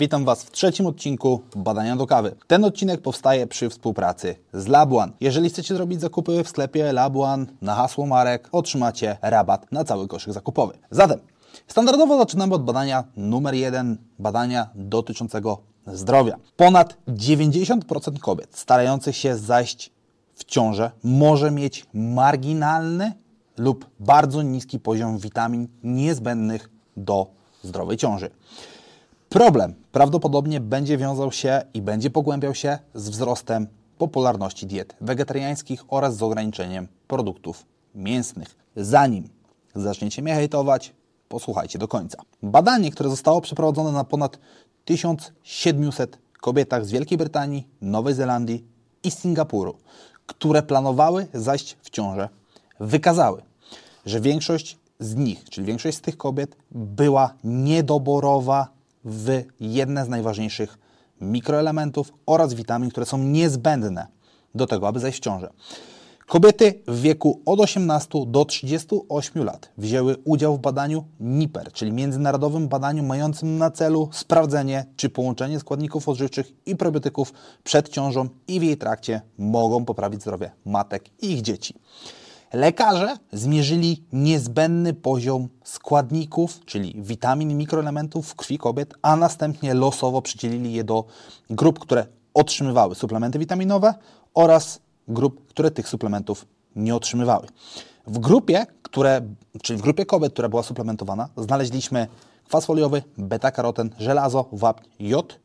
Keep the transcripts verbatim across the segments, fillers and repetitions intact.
Witam Was w trzecim odcinku Badania do kawy. Ten odcinek powstaje przy współpracy z Labuan. Jeżeli chcecie zrobić zakupy w sklepie Labuan na hasło Marek, otrzymacie rabat na cały koszyk zakupowy. Zatem standardowo zaczynamy od badania numer jeden, badania dotyczącego zdrowia. Ponad dziewięćdziesiąt procent kobiet starających się zajść w ciążę może mieć marginalny lub bardzo niski poziom witamin niezbędnych do zdrowej ciąży. Problem prawdopodobnie będzie wiązał się i będzie pogłębiał się z wzrostem popularności diet wegetariańskich oraz z ograniczeniem produktów mięsnych. Zanim zaczniecie mnie hejtować, posłuchajcie do końca. Badanie, które zostało przeprowadzone na ponad tysiąc siedemset kobietach z Wielkiej Brytanii, Nowej Zelandii i Singapuru, które planowały zajść w ciążę, wykazały, że większość z nich, czyli większość z tych kobiet, była niedoborowa w jedne z najważniejszych mikroelementów oraz witamin, które są niezbędne do tego, aby zajść w ciążę. Kobiety w wieku od osiemnastu do trzydziestu ośmiu lat wzięły udział w badaniu N I P E R, czyli międzynarodowym badaniu mającym na celu sprawdzenie, czy połączenie składników odżywczych i probiotyków przed ciążą i w jej trakcie mogą poprawić zdrowie matek i ich dzieci. Lekarze zmierzyli niezbędny poziom składników, czyli witamin i mikroelementów w krwi kobiet, a następnie losowo przydzielili je do grup, które otrzymywały suplementy witaminowe oraz grup, które tych suplementów nie otrzymywały. W grupie, które, czyli w grupie kobiet, która była suplementowana, znaleźliśmy kwas foliowy, beta-karoten, żelazo, wapń, jod,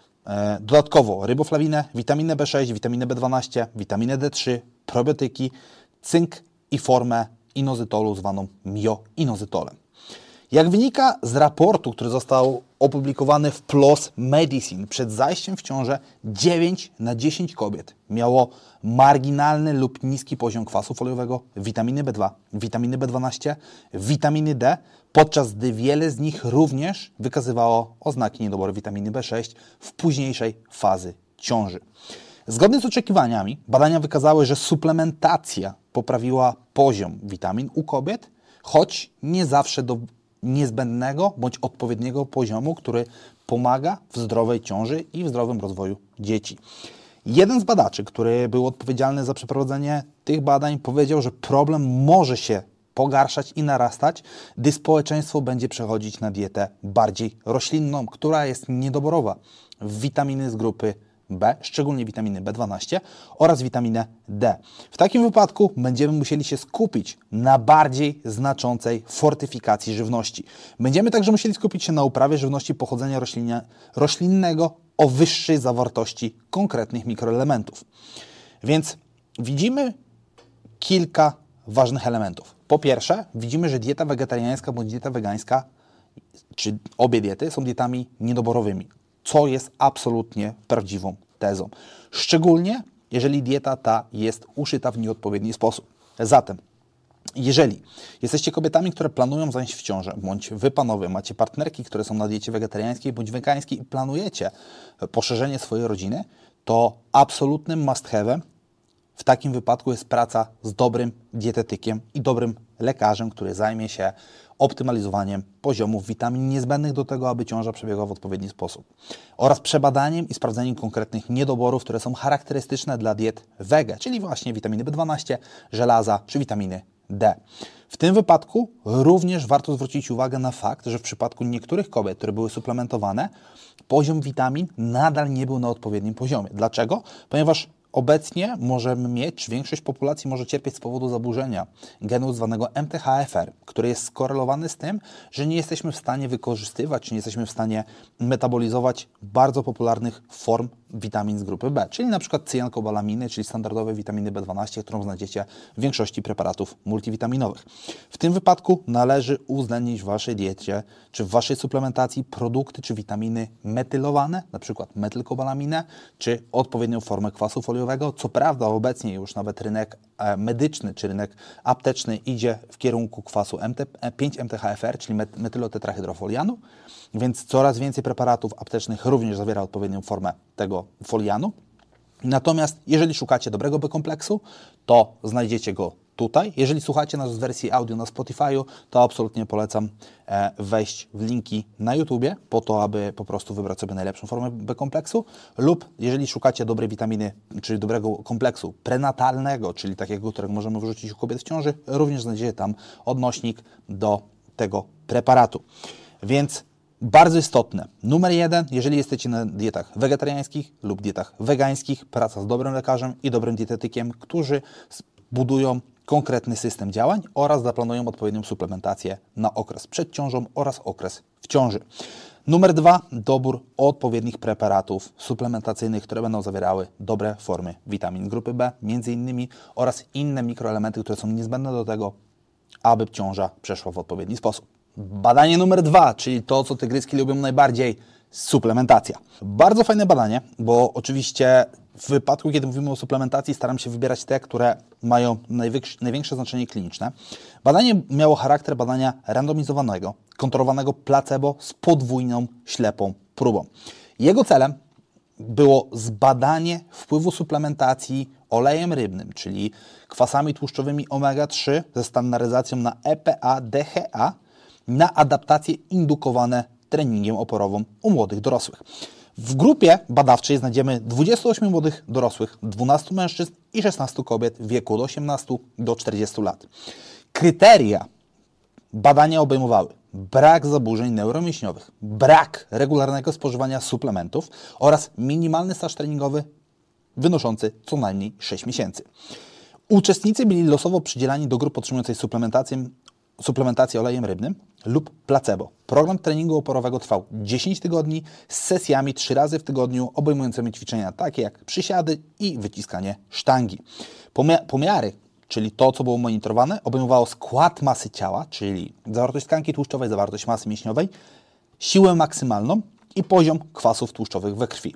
e, dodatkowo riboflawinę, witaminę B sześć, witaminę B dwanaście, witaminę D trzy, probiotyki, cynk i formę inozytolu zwaną mioinozytolem. Jak wynika z raportu, który został opublikowany w P L O S Medicine, przed zajściem w ciążę dziewięć na dziesięć kobiet miało marginalny lub niski poziom kwasu foliowego, witaminy B dwa, witaminy B dwanaście, witaminy D, podczas gdy wiele z nich również wykazywało oznaki niedoboru witaminy B sześć w późniejszej fazy ciąży. Zgodnie z oczekiwaniami badania wykazały, że suplementacja poprawiła poziom witamin u kobiet, choć nie zawsze do niezbędnego bądź odpowiedniego poziomu, który pomaga w zdrowej ciąży i w zdrowym rozwoju dzieci. Jeden z badaczy, który był odpowiedzialny za przeprowadzenie tych badań, powiedział, że problem może się pogarszać i narastać, gdy społeczeństwo będzie przechodzić na dietę bardziej roślinną, która jest niedoborowa w witaminy z grupy B, szczególnie witaminy B dwanaście oraz witaminę D. W takim wypadku będziemy musieli się skupić na bardziej znaczącej fortyfikacji żywności. Będziemy także musieli skupić się na uprawie żywności pochodzenia roślinia, roślinnego o wyższej zawartości konkretnych mikroelementów. Więc widzimy kilka ważnych elementów. Po pierwsze, widzimy, że dieta wegetariańska bądź dieta wegańska, czy obie diety, są dietami niedoborowymi, co jest absolutnie prawdziwą tezą. Szczególnie, jeżeli dieta ta jest uszyta w nieodpowiedni sposób. Zatem, jeżeli jesteście kobietami, które planują zajść w ciążę, bądź wy panowie macie partnerki, które są na diecie wegetariańskiej bądź wegańskiej i planujecie poszerzenie swojej rodziny, to absolutnym must have'em w takim wypadku jest praca z dobrym dietetykiem i dobrym lekarzem, który zajmie się optymalizowaniem poziomów witamin niezbędnych do tego, aby ciąża przebiegła w odpowiedni sposób. Oraz przebadaniem i sprawdzeniem konkretnych niedoborów, które są charakterystyczne dla diet wege, czyli właśnie witaminy B dwanaście, żelaza czy witaminy D. W tym wypadku również warto zwrócić uwagę na fakt, że w przypadku niektórych kobiet, które były suplementowane, poziom witamin nadal nie był na odpowiednim poziomie. Dlaczego? Ponieważ obecnie możemy mieć, czy większość populacji może cierpieć z powodu zaburzenia genu zwanego M T H F R, który jest skorelowany z tym, że nie jesteśmy w stanie wykorzystywać, czy nie jesteśmy w stanie metabolizować bardzo popularnych form witamin z grupy B, czyli na przykład cyjankobalaminy, czyli standardowe witaminy B dwanaście, którą znajdziecie w większości preparatów multivitaminowych. W tym wypadku należy uwzględnić w Waszej diecie, czy w Waszej suplementacji produkty, czy witaminy metylowane, na przykład metylkobalaminę, czy odpowiednią formę kwasu foliowego. Co prawda obecnie już nawet rynek medyczny, czy rynek apteczny idzie w kierunku kwasu pięć M T H F R, czyli metylotetrahydrofolianu, więc coraz więcej preparatów aptecznych również zawiera odpowiednią formę tego folianu. Natomiast jeżeli szukacie dobrego B-kompleksu, to znajdziecie go tutaj. Jeżeli słuchacie nas w wersji audio na Spotify'u, to absolutnie polecam e, wejść w linki na YouTubie po to, aby po prostu wybrać sobie najlepszą formę B-kompleksu, lub jeżeli szukacie dobrej witaminy, czyli dobrego kompleksu prenatalnego, czyli takiego, którego możemy wrzucić u kobiet w ciąży, również znajdziecie tam odnośnik do tego preparatu. Więc bardzo istotne. Numer jeden, jeżeli jesteście na dietach wegetariańskich lub dietach wegańskich, praca z dobrym lekarzem i dobrym dietetykiem, którzy budują konkretny system działań oraz zaplanują odpowiednią suplementację na okres przed ciążą oraz okres w ciąży. Numer dwa, dobór odpowiednich preparatów suplementacyjnych, które będą zawierały dobre formy witamin grupy B, między innymi, oraz inne mikroelementy, które są niezbędne do tego, aby ciąża przeszła w odpowiedni sposób. Badanie numer dwa, czyli to, co tygryski lubią najbardziej, suplementacja. Bardzo fajne badanie, bo oczywiście w wypadku, kiedy mówimy o suplementacji, staram się wybierać te, które mają największe znaczenie kliniczne. Badanie miało charakter badania randomizowanego, kontrolowanego placebo z podwójną ślepą próbą. Jego celem było zbadanie wpływu suplementacji olejem rybnym, czyli kwasami tłuszczowymi omega trzy ze standaryzacją na E P A D H A, na adaptacje indukowane treningiem oporowym u młodych dorosłych. W grupie badawczej znajdziemy dwudziestu ośmiu młodych dorosłych, dwunastu mężczyzn i szesnastu kobiet w wieku od osiemnastu do czterdziestu lat. Kryteria badania obejmowały brak zaburzeń neuromięśniowych, brak regularnego spożywania suplementów oraz minimalny staż treningowy wynoszący co najmniej sześć miesięcy. Uczestnicy byli losowo przydzielani do grup otrzymującej suplementację suplementację olejem rybnym lub placebo. Program treningu oporowego trwał dziesięć tygodni z sesjami trzy razy w tygodniu obejmującymi ćwiczenia takie jak przysiady i wyciskanie sztangi. Pomia- pomiary, czyli to, co było monitorowane, obejmowało skład masy ciała, czyli zawartość tkanki tłuszczowej, zawartość masy mięśniowej, siłę maksymalną i poziom kwasów tłuszczowych we krwi.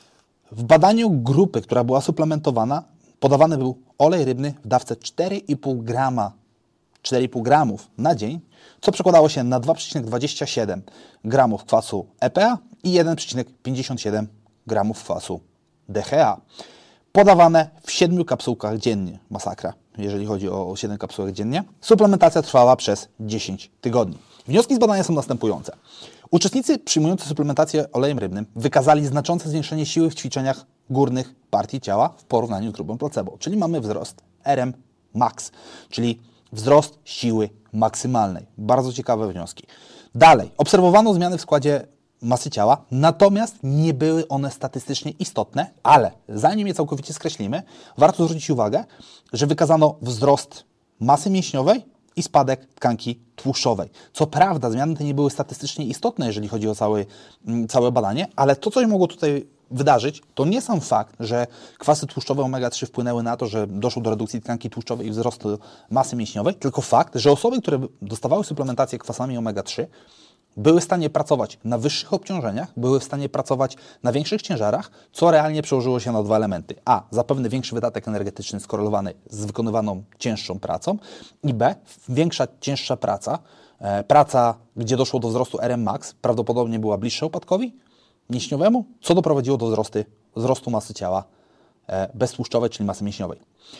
W badaniu grupy, która była suplementowana, podawany był olej rybny w dawce cztery i pół grama cztery i pół gramów na dzień, co przekładało się na dwa przecinek dwadzieścia siedem gramów kwasu E P A i jeden przecinek pięćdziesiąt siedem gramów kwasu D H A. Podawane w siedmiu kapsułkach dziennie. Masakra, jeżeli chodzi o siedem kapsułek dziennie. Suplementacja trwała przez dziesięć tygodni. Wnioski z badania są następujące. Uczestnicy przyjmujący suplementację olejem rybnym wykazali znaczące zwiększenie siły w ćwiczeniach górnych partii ciała w porównaniu z grupą placebo, czyli mamy wzrost R M max, czyli wzrost siły maksymalnej. Bardzo ciekawe wnioski. Dalej, obserwowano zmiany w składzie masy ciała, natomiast nie były one statystycznie istotne, ale zanim je całkowicie skreślimy, warto zwrócić uwagę, że wykazano wzrost masy mięśniowej i spadek tkanki tłuszczowej. Co prawda zmiany te nie były statystycznie istotne, jeżeli chodzi o cały, całe badanie, ale to, co się mogło tutaj wydarzyć, to nie sam fakt, że kwasy tłuszczowe omega trzy wpłynęły na to, że doszło do redukcji tkanki tłuszczowej i wzrostu masy mięśniowej, tylko fakt, że osoby, które dostawały suplementację kwasami omega trzy, były w stanie pracować na wyższych obciążeniach, były w stanie pracować na większych ciężarach, co realnie przełożyło się na dwa elementy. A. Zapewne większy wydatek energetyczny skorelowany z wykonywaną cięższą pracą i B. Większa, cięższa praca, e, praca, gdzie doszło do wzrostu R M max, prawdopodobnie była bliższa upadkowi mięśniowemu, co doprowadziło do wzrostu, wzrostu masy ciała e, beztłuszczowej, czyli masy mięśniowej.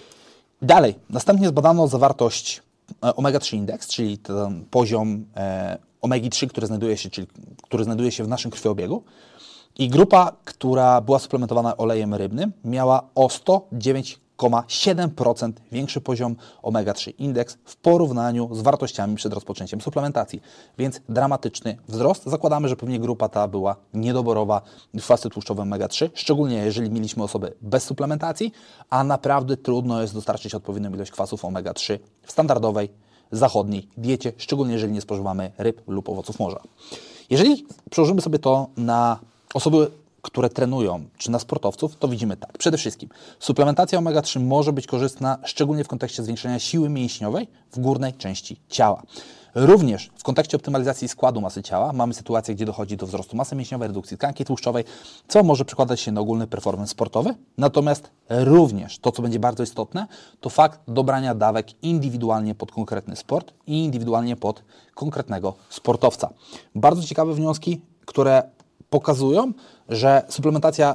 Dalej, następnie zbadano zawartość e, omega trzy indeks, czyli ten poziom e, omegi trzy, który znajduje się, czyli, który znajduje się w naszym krwiobiegu. I grupa, która była suplementowana olejem rybnym, miała o sto dziewięć przecinek siedem procent większy poziom omega trzy indeks w porównaniu z wartościami przed rozpoczęciem suplementacji. Więc dramatyczny wzrost. Zakładamy, że pewnie grupa ta była niedoborowa w kwasy tłuszczowe omega trzy, szczególnie jeżeli mieliśmy osoby bez suplementacji, a naprawdę trudno jest dostarczyć odpowiednią ilość kwasów omega trzy w standardowej zachodniej diecie, szczególnie jeżeli nie spożywamy ryb lub owoców morza. Jeżeli przełożymy sobie to na osoby, które trenują, czy na sportowców, to widzimy tak. Przede wszystkim suplementacja omega trzy może być korzystna, szczególnie w kontekście zwiększenia siły mięśniowej w górnej części ciała. Również w kontekście optymalizacji składu masy ciała mamy sytuację, gdzie dochodzi do wzrostu masy mięśniowej, redukcji tkanki tłuszczowej, co może przekładać się na ogólny performance sportowy. Natomiast również to, co będzie bardzo istotne, to fakt dobrania dawek indywidualnie pod konkretny sport i indywidualnie pod konkretnego sportowca. Bardzo ciekawe wnioski, które pokazują, że suplementacja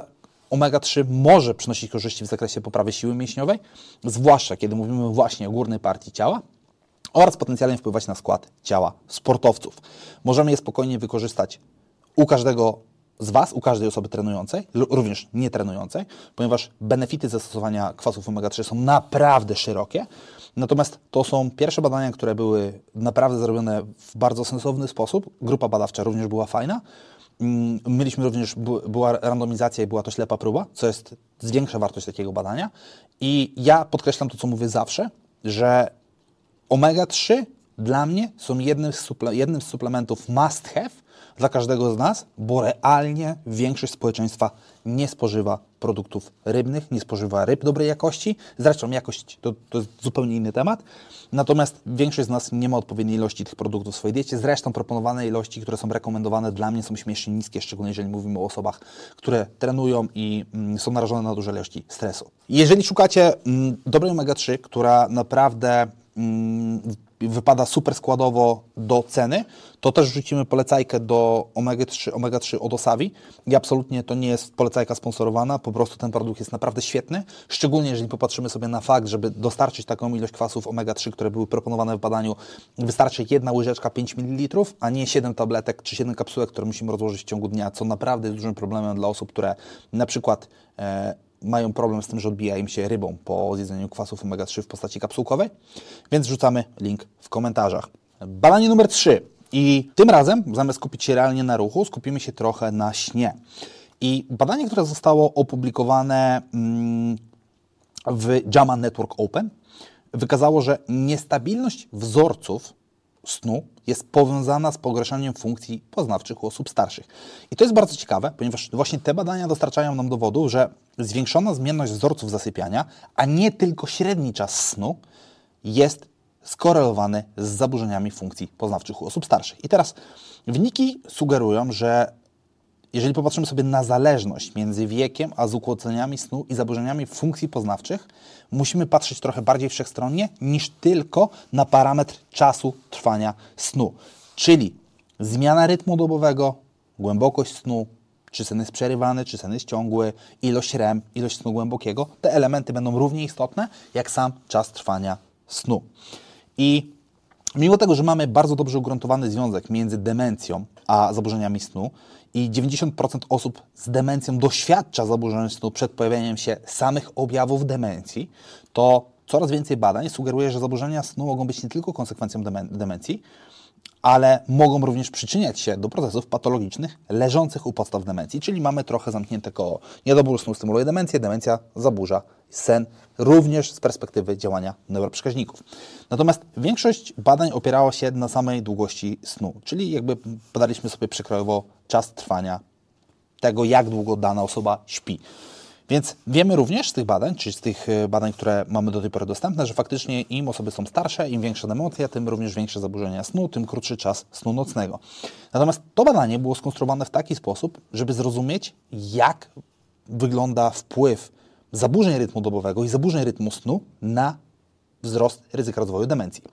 omega trzy może przynosić korzyści w zakresie poprawy siły mięśniowej, zwłaszcza kiedy mówimy właśnie o górnej partii ciała, oraz potencjalnie wpływać na skład ciała sportowców. Możemy je spokojnie wykorzystać u każdego z Was, u każdej osoby trenującej, również nietrenującej, ponieważ benefity zastosowania kwasów omega trzy są naprawdę szerokie. Natomiast to są pierwsze badania, które były naprawdę zrobione w bardzo sensowny sposób. Grupa badawcza również była fajna. Mieliśmy również, była randomizacja i była to ślepa próba, co jest zwiększa wartość takiego badania. I ja podkreślam to, co mówię zawsze, że omega trzy dla mnie są jednym z, suple- jednym z suplementów must have dla każdego z nas, bo realnie większość społeczeństwa nie spożywa produktów rybnych, nie spożywa ryb dobrej jakości. Zresztą jakość to, to jest zupełnie inny temat. Natomiast większość z nas nie ma odpowiedniej ilości tych produktów w swojej diecie. Zresztą proponowane ilości, które są rekomendowane dla mnie są śmiesznie niskie, szczególnie jeżeli mówimy o osobach, które trenują i mm, są narażone na duże ilości stresu. Jeżeli szukacie mm, dobrej omega trzy, która naprawdę mm, wypada super składowo do ceny, to też wrzucimy polecajkę do omega trzy, omega trzy od Osavi. I absolutnie to nie jest polecajka sponsorowana, po prostu ten produkt jest naprawdę świetny, szczególnie jeżeli popatrzymy sobie na fakt, żeby dostarczyć taką ilość kwasów omega trzy, które były proponowane w badaniu, wystarczy jedna łyżeczka pięć mililitrów, a nie siedem tabletek czy siedem kapsułek, które musimy rozłożyć w ciągu dnia, co naprawdę jest dużym problemem dla osób, które na przykład e, mają problem z tym, że odbija im się rybą po zjedzeniu kwasów omega trzy w postaci kapsułkowej, więc wrzucamy link w komentarzach. Badanie numer trzy. I tym razem, zamiast skupić się realnie na ruchu, skupimy się trochę na śnie. I badanie, które zostało opublikowane w JAMA Network Open, wykazało, że niestabilność wzorców snu jest powiązana z pogarszaniem funkcji poznawczych u osób starszych. I to jest bardzo ciekawe, ponieważ właśnie te badania dostarczają nam dowodu, że zwiększona zmienność wzorców zasypiania, a nie tylko średni czas snu, jest skorelowany z zaburzeniami funkcji poznawczych u osób starszych. I teraz wyniki sugerują, że jeżeli popatrzymy sobie na zależność między wiekiem a zakłóceniami snu i zaburzeniami funkcji poznawczych, musimy patrzeć trochę bardziej wszechstronnie niż tylko na parametr czasu trwania snu. Czyli zmiana rytmu dobowego, głębokość snu, czy sen jest przerywany, czy sen jest ciągły, ilość R E M, ilość snu głębokiego. Te elementy będą równie istotne jak sam czas trwania snu. I mimo tego, że mamy bardzo dobrze ugruntowany związek między demencją a zaburzeniami snu i dziewięćdziesiąt procent osób z demencją doświadcza zaburzeń snu przed pojawieniem się samych objawów demencji, to coraz więcej badań sugeruje, że zaburzenia snu mogą być nie tylko konsekwencją demencji, ale mogą również przyczyniać się do procesów patologicznych leżących u podstaw demencji, czyli mamy trochę zamknięte koło. Niedobór snu stymuluje demencję, demencja zaburza sen, również z perspektywy działania neuroprzekaźników. Natomiast większość badań opierała się na samej długości snu, czyli jakby badaliśmy sobie przekrojowo czas trwania tego, jak długo dana osoba śpi. Więc wiemy również z tych badań, czy z tych badań, które mamy do tej pory dostępne, że faktycznie im osoby są starsze, im większa demencja, tym również większe zaburzenia snu, tym krótszy czas snu nocnego. Natomiast to badanie było skonstruowane w taki sposób, żeby zrozumieć, jak wygląda wpływ zaburzeń rytmu dobowego i zaburzeń rytmu snu na wzrost ryzyka rozwoju demencji.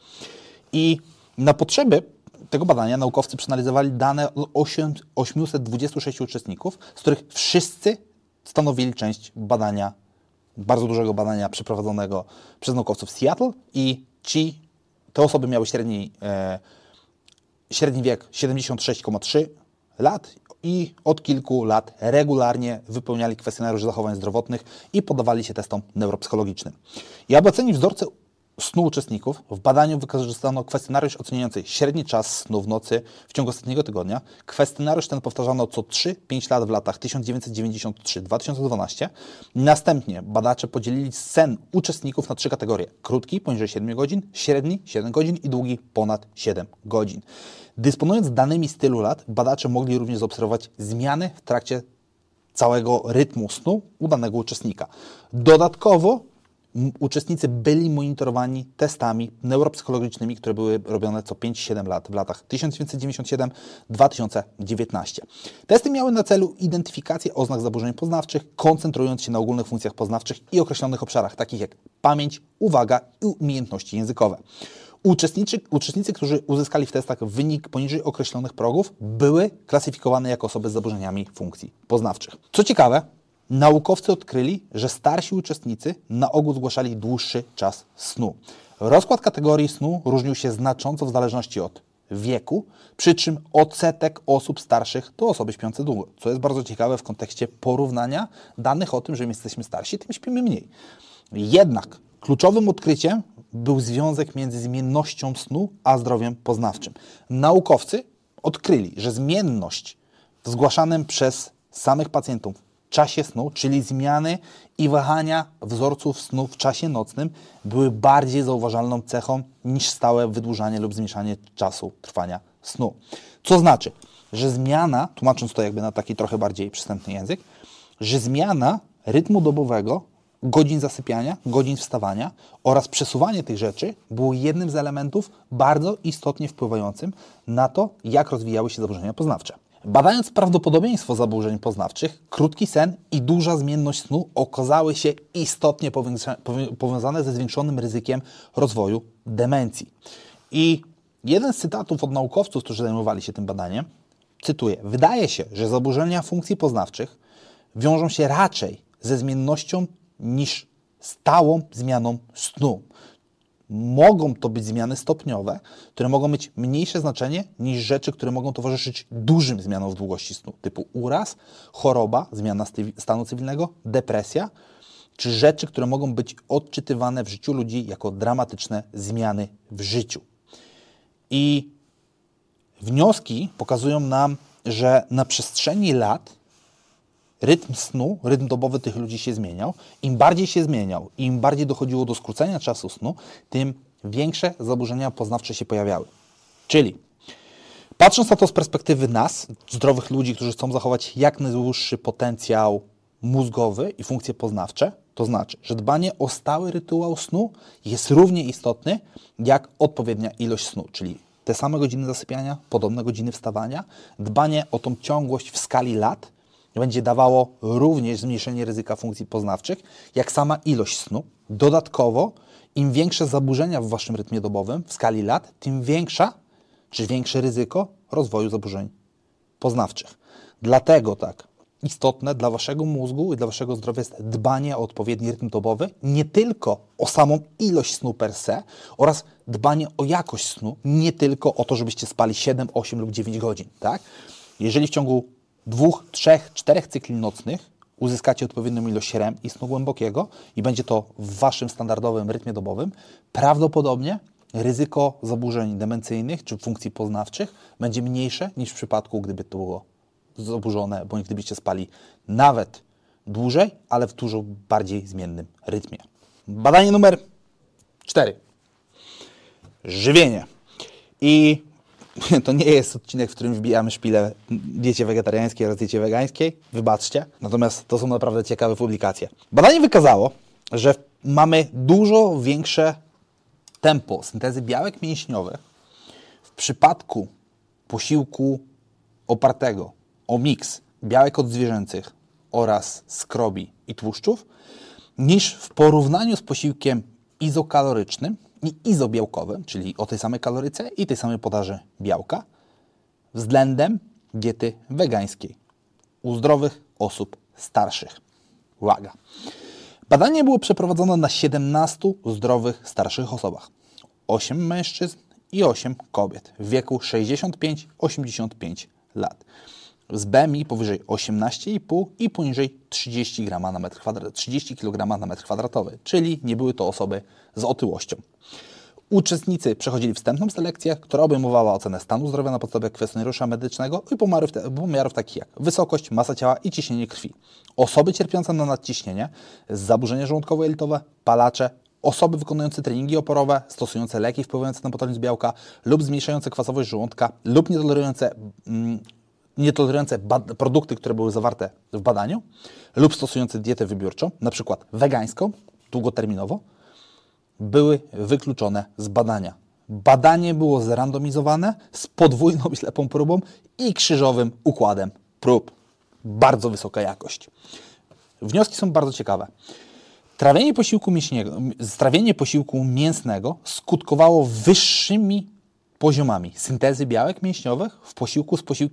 I na potrzeby tego badania naukowcy przeanalizowali dane od osiemset dwudziestu sześciu uczestników, z których wszyscy stanowili część badania, bardzo dużego badania przeprowadzonego przez naukowców z Seattle i ci, te osoby miały średni, e, średni wiek siedemdziesiąt sześć przecinek trzy lat i od kilku lat regularnie wypełniali kwestionariusz zachowań zdrowotnych i poddawali się testom neuropsychologicznym. I aby ocenić wzorce snu uczestników, w badaniu wykorzystano kwestionariusz oceniający średni czas snu w nocy w ciągu ostatniego tygodnia. Kwestionariusz ten powtarzano co trzy pięć lat w latach tysiąc dziewięćset dziewięćdziesiąt trzy do dwa tysiące dwunastego. Następnie badacze podzielili sen uczestników na trzy kategorie. Krótki, poniżej siedmiu godzin, średni, siedem godzin i długi, ponad siedem godzin. Dysponując danymi z tylu lat, badacze mogli również zaobserwować zmiany w trakcie całego rytmu snu u danego uczestnika. Dodatkowo uczestnicy byli monitorowani testami neuropsychologicznymi, które były robione co pięć siedem lat w latach tysiąc dziewięćset dziewięćdziesiąt siedem do dwa tysiące dziewiętnastego. Testy miały na celu identyfikację oznak zaburzeń poznawczych, koncentrując się na ogólnych funkcjach poznawczych i określonych obszarach, takich jak pamięć, uwaga i umiejętności językowe. Uczestnicy, uczestnicy, którzy uzyskali w testach wynik poniżej określonych progów, były klasyfikowane jako osoby z zaburzeniami funkcji poznawczych. Co ciekawe, naukowcy odkryli, że starsi uczestnicy na ogół zgłaszali dłuższy czas snu. Rozkład kategorii snu różnił się znacząco w zależności od wieku, przy czym odsetek osób starszych to osoby śpiące długo, co jest bardzo ciekawe w kontekście porównania danych o tym, że im jesteśmy starsi, tym śpimy mniej. Jednak kluczowym odkryciem był związek między zmiennością snu a zdrowiem poznawczym. Naukowcy odkryli, że zmienność w zgłaszanym przez samych pacjentów czasie snu, czyli zmiany i wahania wzorców snu w czasie nocnym, były bardziej zauważalną cechą niż stałe wydłużanie lub zmniejszanie czasu trwania snu. Co znaczy, że zmiana, tłumacząc to jakby na taki trochę bardziej przystępny język, że zmiana rytmu dobowego, godzin zasypiania, godzin wstawania oraz przesuwanie tych rzeczy było jednym z elementów bardzo istotnie wpływającym na to, jak rozwijały się zaburzenia poznawcze. Badając prawdopodobieństwo zaburzeń poznawczych, krótki sen i duża zmienność snu okazały się istotnie powiązane ze zwiększonym ryzykiem rozwoju demencji. I jeden z cytatów od naukowców, którzy zajmowali się tym badaniem, cytuję: wydaje się, że zaburzenia funkcji poznawczych wiążą się raczej ze zmiennością niż stałą zmianą snu. Mogą to być zmiany stopniowe, które mogą mieć mniejsze znaczenie niż rzeczy, które mogą towarzyszyć dużym zmianom w długości snu, typu uraz, choroba, zmiana stanu cywilnego, depresja, czy rzeczy, które mogą być odczytywane w życiu ludzi jako dramatyczne zmiany w życiu. I wnioski pokazują nam, że na przestrzeni lat rytm snu, rytm dobowy tych ludzi się zmieniał. Im bardziej się zmieniał, im bardziej dochodziło do skrócenia czasu snu, tym większe zaburzenia poznawcze się pojawiały. Czyli patrząc na to z perspektywy nas, zdrowych ludzi, którzy chcą zachować jak najdłuższy potencjał mózgowy i funkcje poznawcze, to znaczy, że dbanie o stały rytuał snu jest równie istotny jak odpowiednia ilość snu, czyli te same godziny zasypiania, podobne godziny wstawania. Dbanie o tą ciągłość w skali lat będzie dawało również zmniejszenie ryzyka funkcji poznawczych, jak sama ilość snu. Dodatkowo, im większe zaburzenia w waszym rytmie dobowym w skali lat, tym większa, czy większe ryzyko rozwoju zaburzeń poznawczych. Dlatego tak istotne dla waszego mózgu i dla waszego zdrowia jest dbanie o odpowiedni rytm dobowy, nie tylko o samą ilość snu per se oraz dbanie o jakość snu, nie tylko o to, żebyście spali siedem, osiem lub dziewięć godzin. Tak? Jeżeli w ciągu dwóch, trzech, czterech cykli nocnych uzyskacie odpowiednią ilość R E M i snu głębokiego i będzie to w waszym standardowym rytmie dobowym, prawdopodobnie ryzyko zaburzeń demencyjnych czy funkcji poznawczych będzie mniejsze niż w przypadku, gdyby to było zaburzone, bądź gdybyście spali nawet dłużej, ale w dużo bardziej zmiennym rytmie. Badanie numer cztery. Żywienie. I to nie jest odcinek, w którym wbijamy szpilę diecie wegetariańskiej oraz diecie wegańskiej. Wybaczcie. Natomiast to są naprawdę ciekawe publikacje. Badanie wykazało, że mamy dużo większe tempo syntezy białek mięśniowych w przypadku posiłku opartego o miks białek odzwierzęcych oraz skrobi i tłuszczów niż w porównaniu z posiłkiem izokalorycznym i izobiałkowym, czyli o tej samej kaloryce i tej samej podaży białka, względem diety wegańskiej u zdrowych osób starszych. Uwaga! Badanie było przeprowadzone na siedemnastu zdrowych starszych osobach. osiem mężczyzn i osiem kobiet w wieku sześćdziesiąt pięć do osiemdziesięciu pięciu lat. Z B M I powyżej osiemnaście i pół i poniżej trzydzieści gramów na metr kwadratowy, trzydzieści kilogramów na metr kwadratowy, czyli nie były to osoby z otyłością. Uczestnicy przechodzili wstępną selekcję, która obejmowała ocenę stanu zdrowia na podstawie kwestionariusza medycznego i pomiarów, pomiarów takich jak wysokość, masa ciała i ciśnienie krwi. Osoby cierpiące na nadciśnienie, zaburzenia żołądkowo-jelitowe, palacze, osoby wykonujące treningi oporowe, stosujące leki wpływające na metabolizm białka lub zmniejszające kwasowość żołądka lub nietolerujące, mm, nietolerujące bad- produkty, które były zawarte w badaniu lub stosujące dietę wybiórczą, na przykład wegańską, długoterminowo, były wykluczone z badania. Badanie było zrandomizowane z podwójną ślepą próbą i krzyżowym układem prób. Bardzo wysoka jakość. Wnioski są bardzo ciekawe. Trawienie posiłku mięśniego, strawienie posiłku mięsnego skutkowało wyższymi poziomami syntezy białek mięśniowych w posiłku z posiłkiem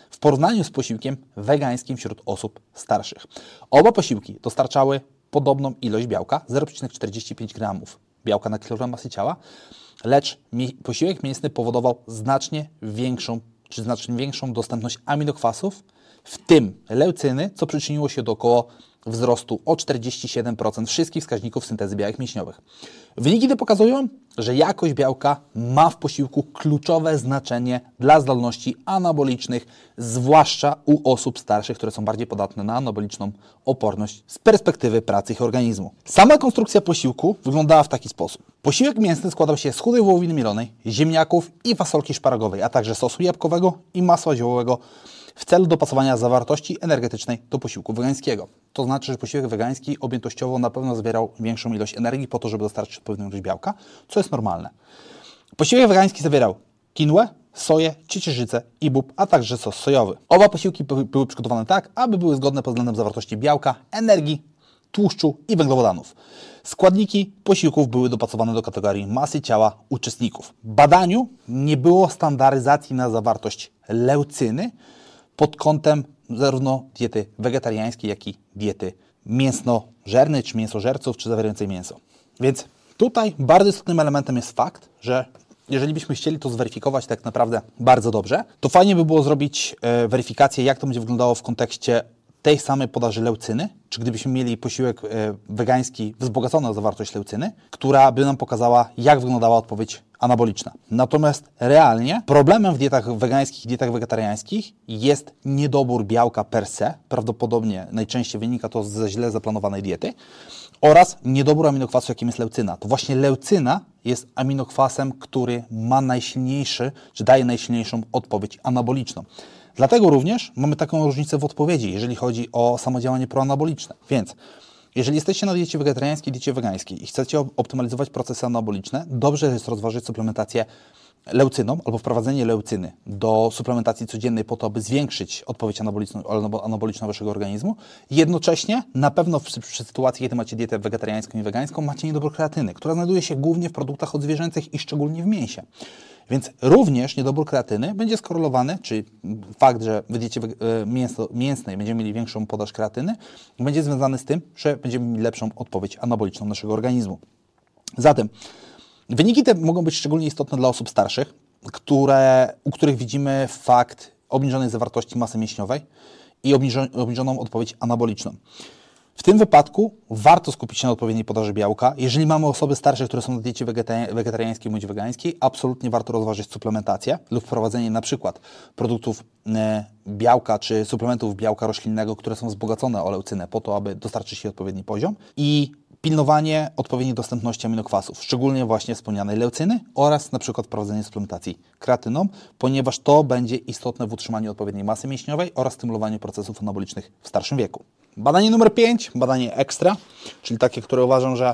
w porównaniu z posiłkiem wegańskim wśród osób starszych. Oba posiłki dostarczały podobną ilość białka, zero przecinek czterdzieści pięć gramów białka na kilogram masy ciała, lecz mi, posiłek mięsny powodował znacznie większą, czy znacznie większą dostępność aminokwasów, w tym leucyny, co przyczyniło się do około wzrostu o czterdzieści siedem procent wszystkich wskaźników syntezy białek mięśniowych. Wyniki te pokazują, że jakość białka ma w posiłku kluczowe znaczenie dla zdolności anabolicznych, zwłaszcza u osób starszych, które są bardziej podatne na anaboliczną oporność z perspektywy pracy ich organizmu. Sama konstrukcja posiłku wyglądała w taki sposób. Posiłek mięsny składał się z chudej wołowiny mielonej, ziemniaków i fasolki szparagowej, a także sosu jabłkowego i masła ziołowego, w celu dopasowania zawartości energetycznej do posiłku wegańskiego. To znaczy, że posiłek wegański objętościowo na pewno zawierał większą ilość energii po to, żeby dostarczyć odpowiednią ilość białka, co jest normalne. Posiłek wegański zawierał kinwę, soję, ciecierzycę i bób, a także sos sojowy. Oba posiłki były przygotowane tak, aby były zgodne pod względem zawartości białka, energii, tłuszczu i węglowodanów. Składniki posiłków były dopasowane do kategorii masy ciała uczestników. W badaniu nie było standaryzacji na zawartość leucyny pod kątem zarówno diety wegetariańskiej, jak i diety mięsnożernej, czy mięsożerców, czy zawierającej mięso. Więc tutaj bardzo istotnym elementem jest fakt, że jeżeli byśmy chcieli to zweryfikować tak naprawdę bardzo dobrze, to fajnie by było zrobić e, weryfikację, jak to będzie wyglądało w kontekście tej samej podaży leucyny, czy gdybyśmy mieli posiłek e, wegański wzbogacony o zawartość leucyny, która by nam pokazała, jak wyglądała odpowiedź anaboliczna. Natomiast realnie problemem w dietach wegańskich i dietach wegetariańskich jest niedobór białka per se, prawdopodobnie najczęściej wynika to ze źle zaplanowanej diety, oraz niedobór aminokwasu, jakim jest leucyna. To właśnie leucyna jest aminokwasem, który ma najsilniejszy, czy daje najsilniejszą odpowiedź anaboliczną. Dlatego również mamy taką różnicę w odpowiedzi, jeżeli chodzi o samodziałanie proanaboliczne. Więc jeżeli jesteście na diecie wegetariańskiej, diecie wegańskiej i chcecie optymalizować procesy anaboliczne, dobrze jest rozważyć suplementację leucyną albo wprowadzenie leucyny do suplementacji codziennej po to, aby zwiększyć odpowiedź anaboliczną, anaboliczną waszego organizmu. Jednocześnie, na pewno przy, przy sytuacji, kiedy macie dietę wegetariańską i wegańską, macie niedobór kreatyny, która znajduje się głównie w produktach odzwierzęcych i szczególnie w mięsie. Więc również niedobór kreatyny będzie skorelowany, czyli fakt, że w diecie mięso, mięsnej będziemy mieli większą podaż kreatyny, będzie związany z tym, że będziemy mieli lepszą odpowiedź anaboliczną naszego organizmu. Zatem wyniki te mogą być szczególnie istotne dla osób starszych, które, u których widzimy fakt obniżonej zawartości masy mięśniowej i obniżoną odpowiedź anaboliczną. W tym wypadku warto skupić się na odpowiedniej podaży białka. Jeżeli mamy osoby starsze, które są na diecie wegetariańskiej bądź wegańskiej, absolutnie warto rozważyć suplementację lub wprowadzenie na przykład produktów e, białka czy suplementów białka roślinnego, które są wzbogacone o leucynę po to, aby dostarczyć jej odpowiedni poziom i pilnowanie odpowiedniej dostępności aminokwasów, szczególnie właśnie wspomnianej leucyny oraz na przykład wprowadzenie suplementacji kreatyną, ponieważ to będzie istotne w utrzymaniu odpowiedniej masy mięśniowej oraz stymulowaniu procesów anabolicznych w starszym wieku. Badanie numer pięć, badanie ekstra, czyli takie, które uważam, że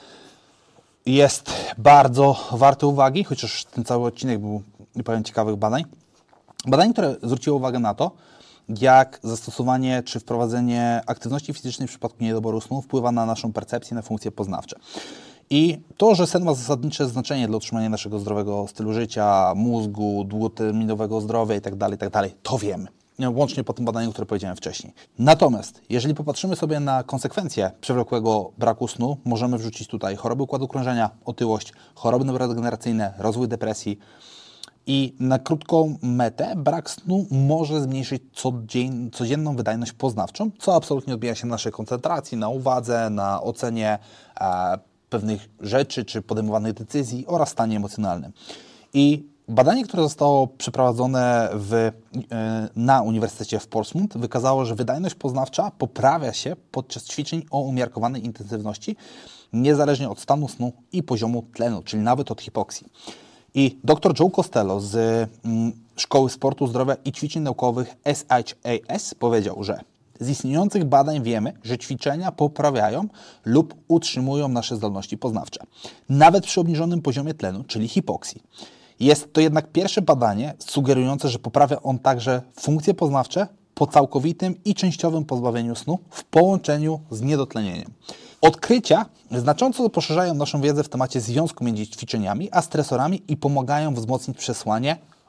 jest bardzo warte uwagi, chociaż ten cały odcinek był pełen ciekawych badań. Badanie, które zwróciło uwagę na to, jak zastosowanie czy wprowadzenie aktywności fizycznej w przypadku niedoboru snu wpływa na naszą percepcję, na funkcje poznawcze. I to, że sen ma zasadnicze znaczenie dla utrzymania naszego zdrowego stylu życia, mózgu, długoterminowego zdrowia itd., itd., to wiemy. Łącznie po tym badaniu, które powiedziałem wcześniej. Natomiast, jeżeli popatrzymy sobie na konsekwencje przewlekłego braku snu, możemy wrzucić tutaj choroby układu krążenia, otyłość, choroby neurodegeneracyjne, rozwój depresji. I na krótką metę brak snu może zmniejszyć codzien, codzienną wydajność poznawczą, co absolutnie odbija się na naszej koncentracji, na uwadze, na ocenie e, pewnych rzeczy czy podejmowanych decyzji oraz stanie emocjonalnym. I badanie, które zostało przeprowadzone w, e, na Uniwersytecie w Portsmouth, wykazało, że wydajność poznawcza poprawia się podczas ćwiczeń o umiarkowanej intensywności, niezależnie od stanu snu i poziomu tlenu, czyli nawet od hipoksji. I dr Joe Costello z mm, Szkoły Sportu, Zdrowia i Ćwiczeń Naukowych S H A S powiedział, że z istniejących badań wiemy, że ćwiczenia poprawiają lub utrzymują nasze zdolności poznawcze, nawet przy obniżonym poziomie tlenu, czyli hipoksji. Jest to jednak pierwsze badanie sugerujące, że poprawia on także funkcje poznawcze po całkowitym i częściowym pozbawieniu snu w połączeniu z niedotlenieniem. Odkrycia znacząco poszerzają naszą wiedzę w temacie związku między ćwiczeniami a stresorami i pomagają wzmocnić przesłanie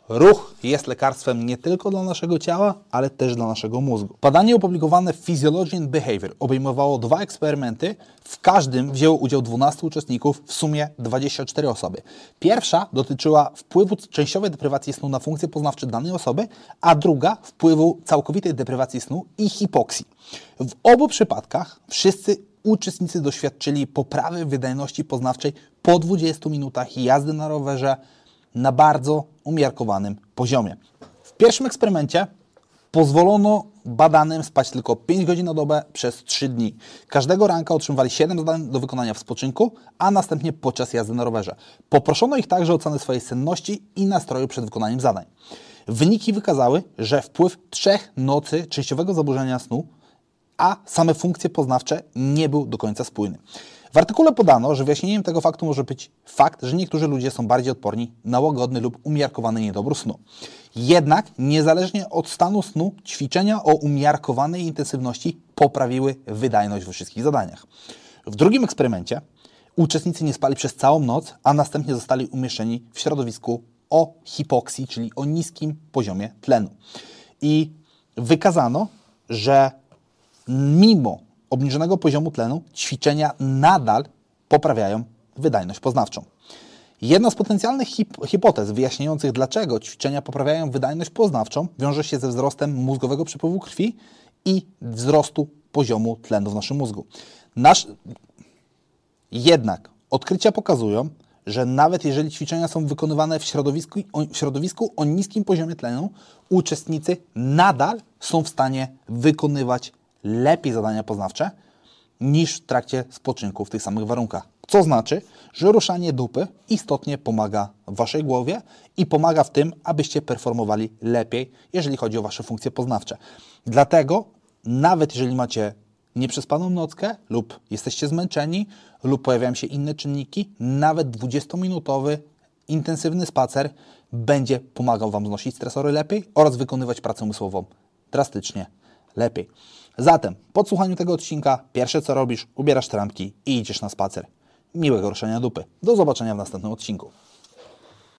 Ruch jest lekarstwem nie tylko dla naszego ciała, ale też dla naszego mózgu. Badanie opublikowane w Physiology and Behavior obejmowało dwa eksperymenty. W każdym wzięło udział dwunastu uczestników, w sumie dwadzieścia cztery osoby. Pierwsza dotyczyła wpływu częściowej deprywacji snu na funkcje poznawcze danej osoby, a druga wpływu całkowitej deprywacji snu i hipoksji. W obu przypadkach wszyscy uczestnicy doświadczyli poprawy wydajności poznawczej po dwudziestu minutach jazdy na rowerze na bardzo umiarkowanym poziomie. W pierwszym eksperymencie pozwolono badanym spać tylko pięć godzin na dobę przez trzy dni. Każdego ranka otrzymywali siedem zadań do wykonania w spoczynku, a następnie podczas jazdy na rowerze. Poproszono ich także o ocenę swojej senności i nastroju przed wykonaniem zadań. Wyniki wykazały, że wpływ trzech nocy częściowego zaburzenia snu, a same funkcje poznawcze nie był do końca spójny. W artykule podano, że wyjaśnieniem tego faktu może być fakt, że niektórzy ludzie są bardziej odporni na łagodny lub umiarkowany niedobór snu. Jednak niezależnie od stanu snu, ćwiczenia o umiarkowanej intensywności poprawiły wydajność we wszystkich zadaniach. W drugim eksperymencie uczestnicy nie spali przez całą noc, a następnie zostali umieszczeni w środowisku o hipoksji, czyli o niskim poziomie tlenu. I wykazano, że mimo obniżonego poziomu tlenu ćwiczenia nadal poprawiają wydajność poznawczą. Jedna z potencjalnych hip hipotez wyjaśniających, dlaczego ćwiczenia poprawiają wydajność poznawczą, wiąże się ze wzrostem mózgowego przepływu krwi i wzrostu poziomu tlenu w naszym mózgu. Nasz... Jednak odkrycia pokazują, że nawet jeżeli ćwiczenia są wykonywane w środowisku, w środowisku o niskim poziomie tlenu, uczestnicy nadal są w stanie wykonywać lepiej zadania poznawcze niż w trakcie spoczynku w tych samych warunkach. Co znaczy, że ruszanie dupy istotnie pomaga Waszej głowie i pomaga w tym, abyście performowali lepiej, jeżeli chodzi o Wasze funkcje poznawcze. Dlatego nawet jeżeli macie nieprzespaną nockę lub jesteście zmęczeni lub pojawiają się inne czynniki, nawet dwudziestominutowy intensywny spacer będzie pomagał Wam znosić stresory lepiej oraz wykonywać pracę umysłową drastycznie lepiej. Zatem, po słuchaniu tego odcinka, pierwsze co robisz, ubierasz trampki i idziesz na spacer. Miłego ruszenia dupy. Do zobaczenia w następnym odcinku.